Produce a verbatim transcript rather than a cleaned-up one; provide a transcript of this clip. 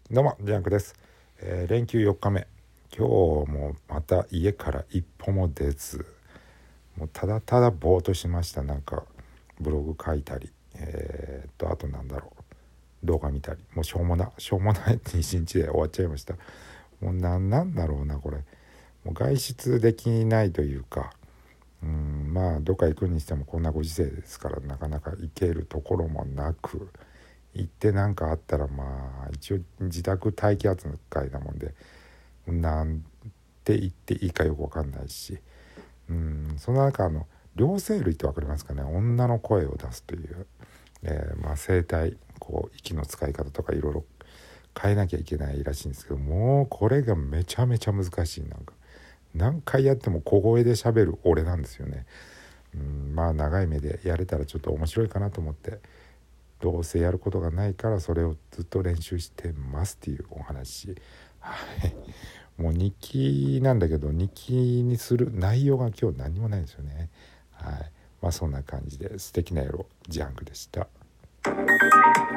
どうもジャンクです、えー、連休よっかめ、今日もまた家から一歩も出ず、もうただただぼーっとしました。なんかブログ書いたり、えー、っとあとなんだろう動画見たり、もうしょうもなしょうもない一日で終わっちゃいました。もうなんなんだろうなこれ、もう外出できないというか、うん、まあどっか行くにしてもこんなご時世ですから、なかなか行けるところもなく、行って何かあったらまあ一応自宅待機扱いなもんで、なんて言っていいかよく分かんないし、うんその中あの両生類って分かりますかね。女の声を出すという、えー、まあ声帯、こう息の使い方とかいろいろ変えなきゃいけないらしいんですけど、もうこれがめちゃめちゃ難しい。なんか何回やっても小声で喋る俺なんですよね。うんまあ長い目でやれたらちょっと面白いかなと思って、どうせやることがないからそれをずっと練習してますっていうお話。はいもう日記なんだけど、日記にする内容が今日何もないんですよね。はいまあそんな感じで、素敵な夜をジャンクでした。